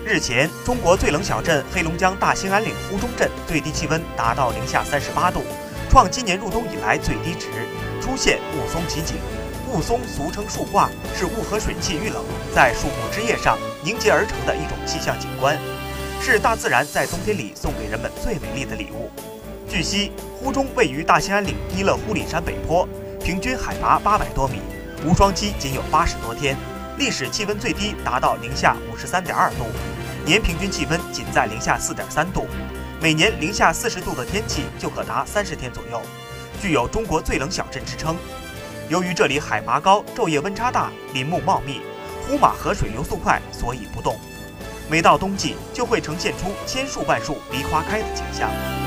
日前，中国最冷小镇黑龙江大兴安岭乌中镇最低气温达到-38度，创今年入冬以来最低值，出现雾凇奇景。雾凇俗称树挂，是雾和水汽遇冷在树木枝叶上凝结而成的一种气象景观，是大自然在冬天里送给人们最美丽的礼物。据悉，乌中位于大兴安岭依勒呼里山北坡，平均海拔800多米，无霜期仅有80多天，历史气温最低达到-53.2度，年平均气温仅在-4.3度，每年-40度的天气就可达30天左右，具有中国最冷小镇之称。由于这里海拔高，昼夜温差大，林木茂密，呼马河水流速快，所以不冻。每到冬季，就会呈现出千树万树梨花开的景象。